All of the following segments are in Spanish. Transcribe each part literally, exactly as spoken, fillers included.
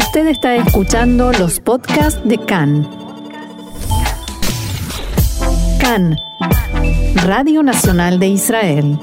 Usted está escuchando los podcasts de C A N. C A N, Radio Nacional de Israel.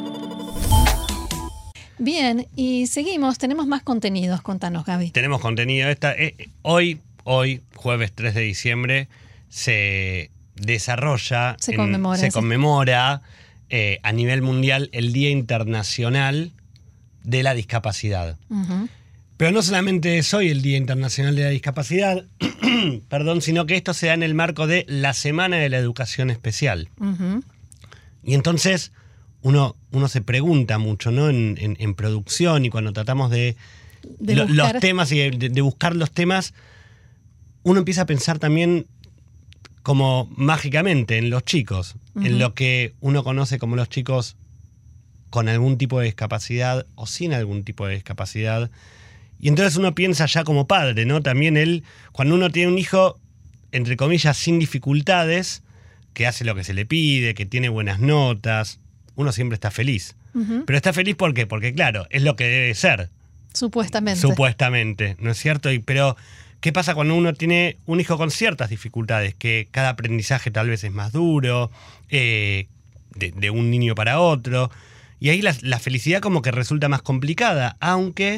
Bien, y seguimos, tenemos más contenidos, contanos, Gaby. Tenemos contenido. Esta, eh, hoy, hoy, jueves tres de diciembre, se desarrolla, se en, conmemora, se sí. conmemora eh, a nivel mundial el Día Internacional de la Discapacidad. Uh-huh. Pero no solamente es hoy el Día Internacional de la Discapacidad, perdón, sino que esto se da en el marco de la Semana de la Educación Especial. Uh-huh. Y entonces uno, uno se pregunta mucho, ¿no? En, en, en producción y cuando tratamos de, de lo, buscar... los temas y de, de buscar los temas, uno empieza a pensar también como mágicamente en los chicos, uh-huh. en lo que uno conoce como los chicos con algún tipo de discapacidad o sin algún tipo de discapacidad. Y entonces uno piensa ya como padre, ¿no? También él, cuando uno tiene un hijo, entre comillas, sin dificultades, que hace lo que se le pide, que tiene buenas notas, uno siempre está feliz. Uh-huh. Pero está feliz ¿por qué? Porque claro, es lo que debe ser. Supuestamente. Supuestamente, ¿no es cierto? Y, pero, ¿qué pasa cuando uno tiene un hijo con ciertas dificultades? Que cada aprendizaje tal vez es más duro, eh, de, de un niño para otro. Y ahí la, la felicidad como que resulta más complicada, aunque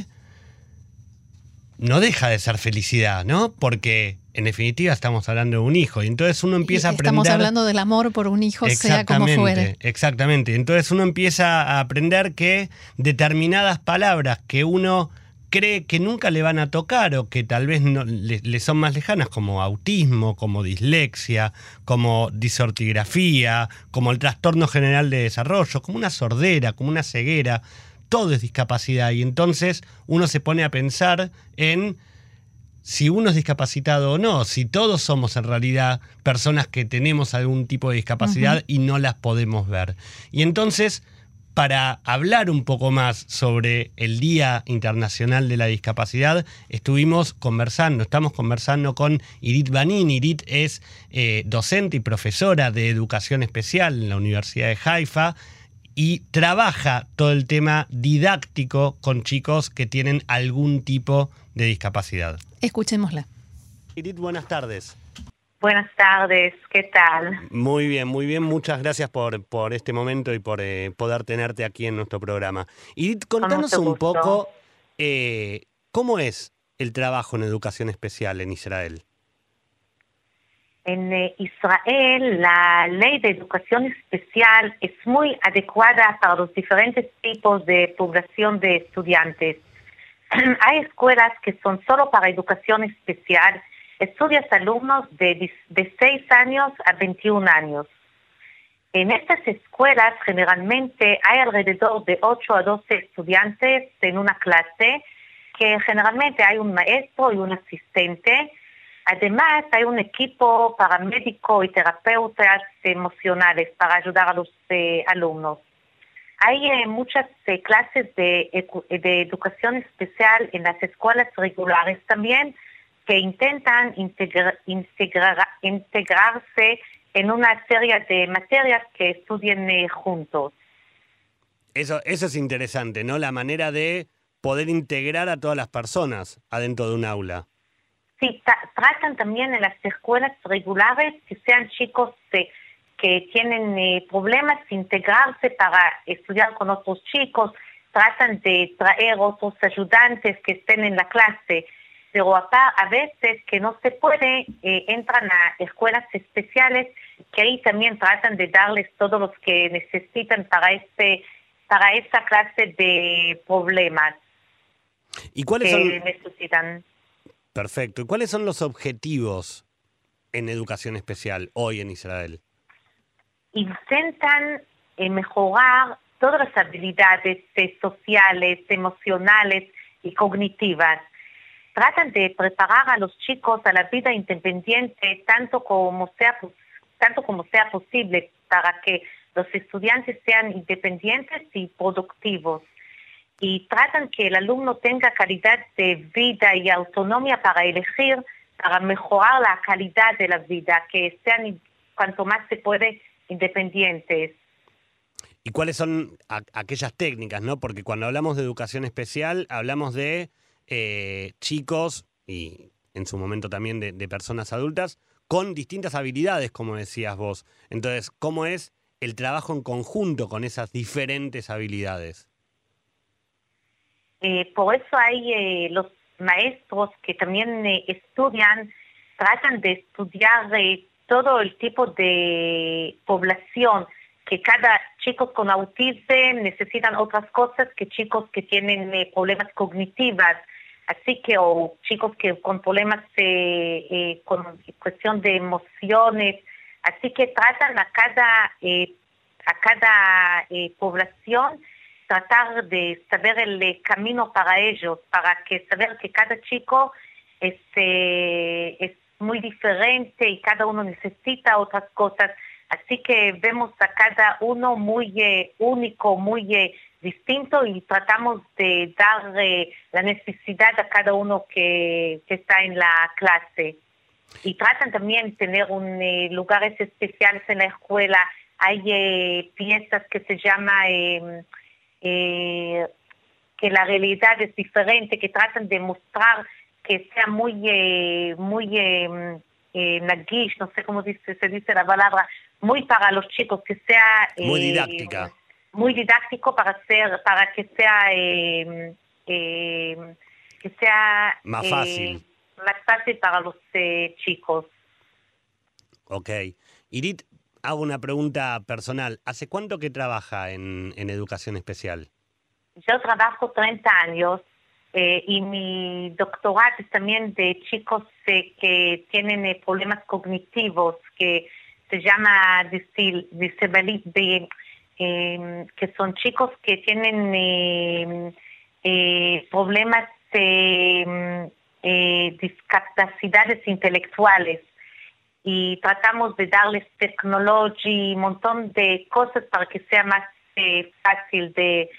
no deja de ser felicidad, ¿no? Porque en definitiva estamos hablando de un hijo y entonces uno empieza y a aprender... Estamos hablando del amor por un hijo, sea como fuere. Exactamente, entonces uno empieza a aprender que determinadas palabras que uno cree que nunca le van a tocar o que tal vez no, le, le son más lejanas, como autismo, como dislexia, como disortigrafía, como el trastorno general de desarrollo, como una sordera, como una ceguera, todo es discapacidad. Y entonces uno se pone a pensar en si uno es discapacitado o no, si todos somos en realidad personas que tenemos algún tipo de discapacidad uh-huh. y no las podemos ver. Y entonces, para hablar un poco más sobre el Día Internacional de la Discapacidad, estuvimos conversando, estamos conversando con Irit Banin. Irit es eh, docente y profesora de educación especial en la Universidad de Haifa y trabaja todo el tema didáctico con chicos que tienen algún tipo de discapacidad. Escuchémosla. Irit, buenas tardes. Buenas tardes, ¿qué tal? Muy bien, muy bien. Muchas gracias por, por este momento y por eh, poder tenerte aquí en nuestro programa. Irit, contanos un poco eh, cómo es el trabajo en educación especial en Israel. En eh, Israel, la ley de educación especial es muy adecuada para los diferentes tipos de población de estudiantes. Hay escuelas que son solo para educación especial, estudian alumnos de, de seis años a veintiún años. En estas escuelas generalmente hay alrededor de ocho a doce estudiantes en una clase, que generalmente hay un maestro y un asistente. Además, hay un equipo paramédico y terapeutas emocionales para ayudar a los eh, alumnos. Hay eh, muchas eh, clases de, de educación especial en las escuelas regulares también, que intentan integra, integra, integrarse en una serie de materias que estudien eh, juntos. Eso, eso es interesante, ¿no? La manera de poder integrar a todas las personas adentro de un aula. Sí, ta- tratan también en las escuelas regulares que sean chicos eh, que tienen eh, problemas de integrarse para estudiar con otros chicos, tratan de traer otros ayudantes que estén en la clase, pero a, a veces que no se puede, eh, entran a escuelas especiales que ahí también tratan de darles todo lo que necesitan para este para esa clase de problemas ¿Y cuáles que son... necesitan. Perfecto. ¿Y cuáles son los objetivos en educación especial hoy en Israel? Intentan eh, mejorar todas las habilidades eh, sociales, emocionales y cognitivas. Tratan de preparar a los chicos a la vida independiente tanto como sea, tanto como sea posible para que los estudiantes sean independientes y productivos. Y tratan que el alumno tenga calidad de vida y autonomía para elegir, para mejorar la calidad de la vida, que sean cuanto más se puede independientes. ¿Y cuáles son a- aquellas técnicas, no? Porque cuando hablamos de educación especial, hablamos de eh, chicos y en su momento también de, de personas adultas, con distintas habilidades, como decías vos. Entonces, ¿cómo es el trabajo en conjunto con esas diferentes habilidades? Eh, por eso hay eh, los maestros que también eh, estudian, tratan de estudiar eh, todo el tipo de población, que cada chico con autismo necesitan otras cosas que chicos que tienen eh, problemas cognitivos, así que o chicos que con problemas eh, eh, con cuestión de emociones, así que tratan a cada eh, a cada eh, población tratar de saber el eh, camino para ellos, para que saber que cada chico es, eh, es muy diferente y cada uno necesita otras cosas. Así que vemos a cada uno muy eh, único, muy eh, distinto y tratamos de dar eh, la necesidad a cada uno que, que está en la clase. Y tratan también de tener un, eh, lugares especiales en la escuela. Hay eh, piezas que se llama eh, eh, que la realidad es diferente, que tratan de mostrar que sea muy, eh, muy eh, eh, nagish, no sé cómo dice, se dice la palabra, muy para los chicos, que sea eh, muy didáctica, muy didáctico para ser, para que sea eh, eh, que sea más eh, fácil, más fácil para los eh, chicos. Ok, Irit, hago una pregunta personal. ¿Hace cuánto que trabaja en, en educación especial? Yo trabajo treinta años eh, y mi doctorado es también de chicos eh, que tienen eh, problemas cognitivos, que se llama disability, eh, que son chicos que tienen eh, eh, problemas de eh, discapacidades intelectuales. Y tratamos de darles tecnología y un montón de cosas para que sea más eh, fácil de,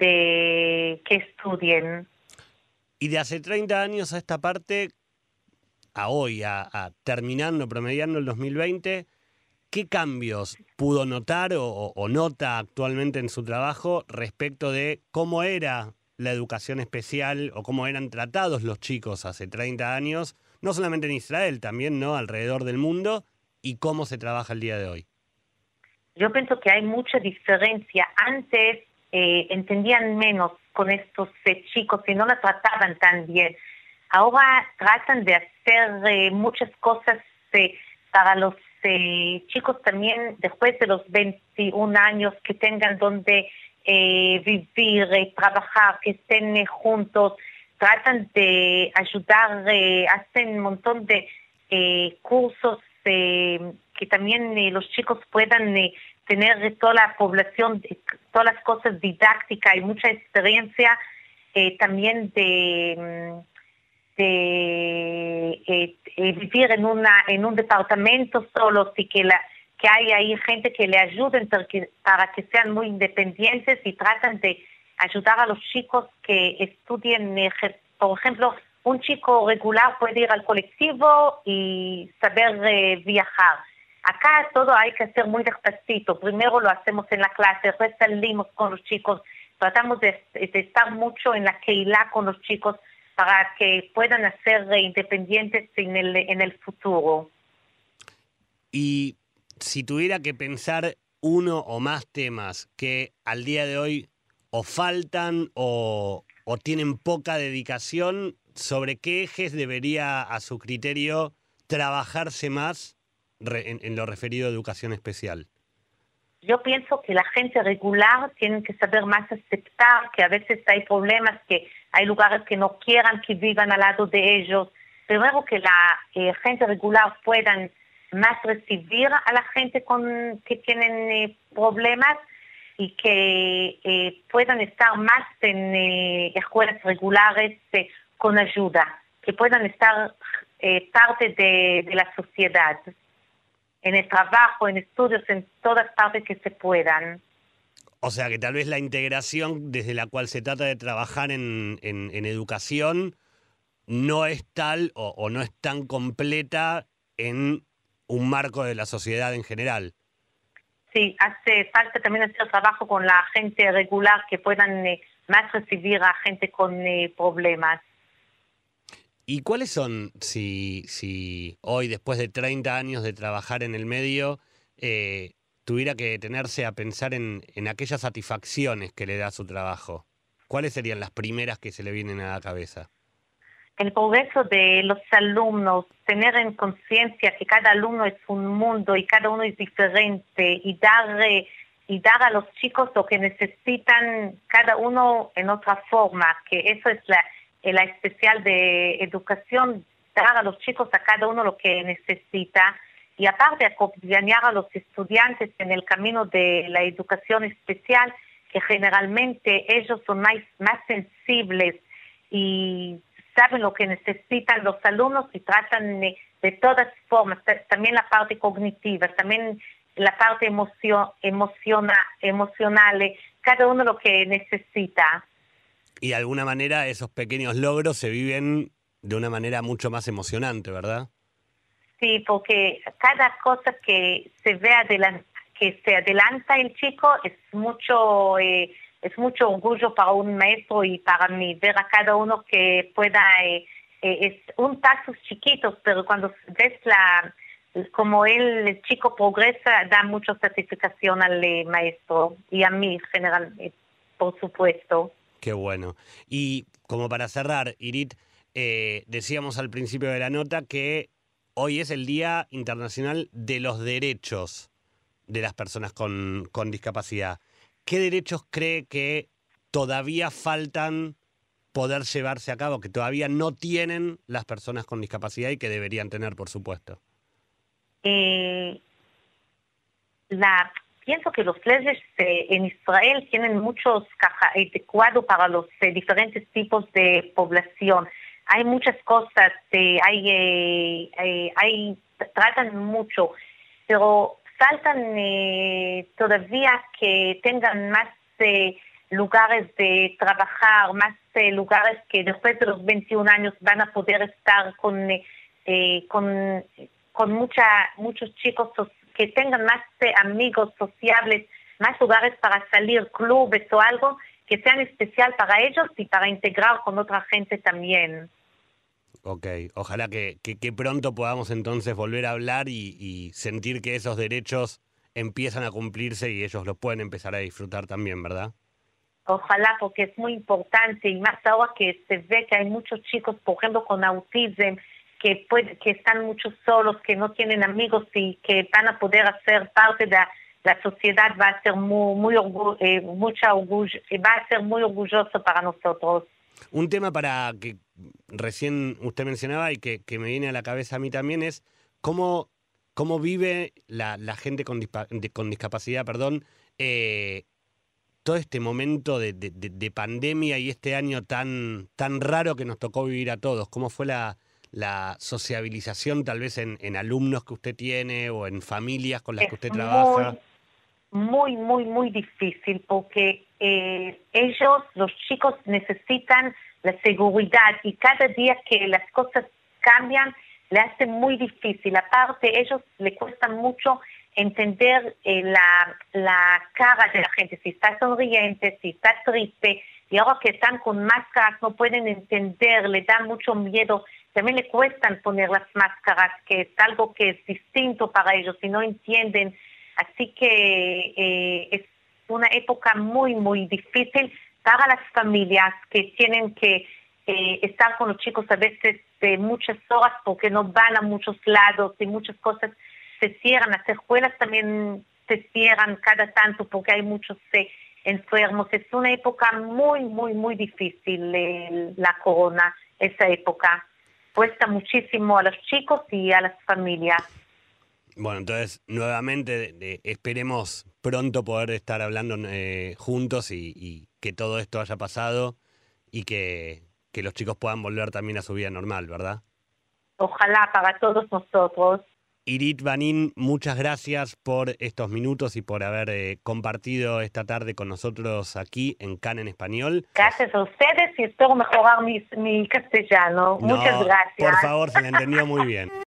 de que estudien. Y de hace treinta años a esta parte, a hoy, a, a terminando, promediando el dos mil veinte, ¿qué cambios pudo notar o, o, o nota actualmente en su trabajo respecto de cómo era la educación especial o cómo eran tratados los chicos hace treinta años? No solamente en Israel, también no alrededor del mundo, y cómo se trabaja el día de hoy. Yo pienso que hay mucha diferencia. Antes eh, entendían menos con estos eh, chicos y no la trataban tan bien. Ahora tratan de hacer eh, muchas cosas eh, para los eh, chicos también después de los veintiún años, que tengan donde eh, vivir y trabajar, que estén eh, juntos. Tratan de ayudar, eh, hacen un montón de eh, cursos eh, que también eh, los chicos puedan eh, tener toda la población, todas las cosas didácticas y mucha experiencia eh, también de, de eh, eh, vivir en una en un departamento solos y que la que hay ahí gente que le ayuden para que, para que sean muy independientes y tratan de ayudar a los chicos que estudien, por ejemplo, un chico regular puede ir al colectivo y saber eh, viajar. Acá todo hay que hacer muy despacito. Primero lo hacemos en la clase, después salimos con los chicos, tratamos de, de estar mucho en la Keilah con los chicos para que puedan ser eh, independientes en el, en el futuro. Y si tuviera que pensar uno o más temas que al día de hoy o faltan o, o tienen poca dedicación, ¿sobre qué ejes debería, a su criterio, trabajarse más re, en, en lo referido a educación especial? Yo pienso que la gente regular tiene que saber más aceptar, que a veces hay problemas, que hay lugares que no quieran que vivan al lado de ellos. Primero que la eh, gente regular puedan más recibir a la gente con que tienen eh, problemas, y que eh, puedan estar más en eh, escuelas regulares eh, con ayuda, que puedan estar eh, parte de, de la sociedad, en el trabajo, en estudios, en todas partes que se puedan. O sea, que tal vez la integración desde la cual se trata de trabajar en, en, en educación no es tal o, o no es tan completa en un marco de la sociedad en general. Sí, hace falta también hacer trabajo con la gente regular, que puedan eh, más recibir a gente con eh, problemas. ¿Y cuáles son, si, si hoy, después de treinta años de trabajar en el medio, eh, tuviera que detenerse a pensar en, en aquellas satisfacciones que le da su trabajo? ¿Cuáles serían las primeras que se le vienen a la cabeza? El progreso de los alumnos, tener en conciencia que cada alumno es un mundo y cada uno es diferente y dar, eh, y dar a los chicos lo que necesitan cada uno en otra forma, que eso es la, la especial de educación, dar a los chicos a cada uno lo que necesita y aparte acompañar a los estudiantes en el camino de la educación especial, que generalmente ellos son más, más sensibles y saben lo que necesitan los alumnos y tratan de, de todas formas, también la parte cognitiva, también la parte emocio, emociona, emocional, cada uno lo que necesita. Y de alguna manera esos pequeños logros se viven de una manera mucho más emocionante, ¿verdad? Sí, porque cada cosa que se ve adelante, que se adelanta el chico es mucho eh, es mucho orgullo para un maestro y para mí ver a cada uno que pueda eh, eh, es un pasos chiquitos, pero cuando ves la como él, el chico progresa, da mucha satisfacción al eh, maestro y a mí generalmente, por supuesto. Qué bueno. Y como para cerrar, Irit, eh, decíamos al principio de la nota que hoy es el Día Internacional de los Derechos de las personas con, con discapacidad. ¿Qué derechos cree que todavía faltan poder llevarse a cabo, que todavía no tienen las personas con discapacidad y que deberían tener, por supuesto? Eh, la, pienso que los leyes eh, en Israel tienen muchos adecuados para los eh, diferentes tipos de población. Hay muchas cosas, eh, hay, eh, eh, hay, tratan mucho, pero faltan eh, todavía que tengan más eh, lugares de trabajar, más eh, lugares que después de los veintiún años van a poder estar con, eh, con, con mucha, muchos chicos que tengan más eh, amigos sociables, más lugares para salir, clubes o algo que sean especial para ellos y para integrar con otra gente también. Ok, ojalá que, que, que pronto podamos entonces volver a hablar y, y sentir que esos derechos empiezan a cumplirse y ellos los pueden empezar a disfrutar también, ¿verdad? Ojalá, porque es muy importante y más ahora que se ve que hay muchos chicos, por ejemplo, con autismo, que, puede, que están muchos solos, que no tienen amigos y que van a poder hacer parte de la, la sociedad, va a ser muy, muy orgullo, eh, mucha orgullo, va a ser muy orgulloso para nosotros. Un tema para que recién usted mencionaba y que, que me viene a la cabeza a mí también es cómo, cómo vive la, la gente con, dispa, de, con discapacidad, perdón, eh, todo este momento de, de, de pandemia y este año tan, tan raro que nos tocó vivir a todos. ¿Cómo fue la, la sociabilización tal vez en, en alumnos que usted tiene o en familias con las es que usted trabaja? Muy, muy, muy difícil porque eh, ellos, los chicos, necesitan la seguridad y cada día que las cosas cambian le hace muy difícil. Aparte, ellos le cuesta mucho entender eh, la, la cara de la gente, si está sonriente, si está triste, y ahora que están con máscaras no pueden entender, le da mucho miedo. También le cuestan poner las máscaras, que es algo que es distinto para ellos y no entienden. Así que eh, es una época muy, muy difícil para las familias que tienen que eh, estar con los chicos a veces de muchas horas porque no van a muchos lados y muchas cosas se cierran. Las escuelas también se cierran cada tanto porque hay muchos eh, enfermos. Es una época muy, muy, muy difícil eh, la corona, esa época. Cuesta muchísimo a los chicos y a las familias. Bueno, entonces, nuevamente, de, de, esperemos pronto poder estar hablando eh, juntos y, y que todo esto haya pasado y que, que los chicos puedan volver también a su vida normal, ¿verdad? Ojalá para todos nosotros. Irit Banin, muchas gracias por estos minutos y por haber eh, compartido esta tarde con nosotros aquí en CAN en Español. Gracias a ustedes y espero mejorar mi, mi castellano. No, Muchas gracias. Por favor, se le entendió muy bien.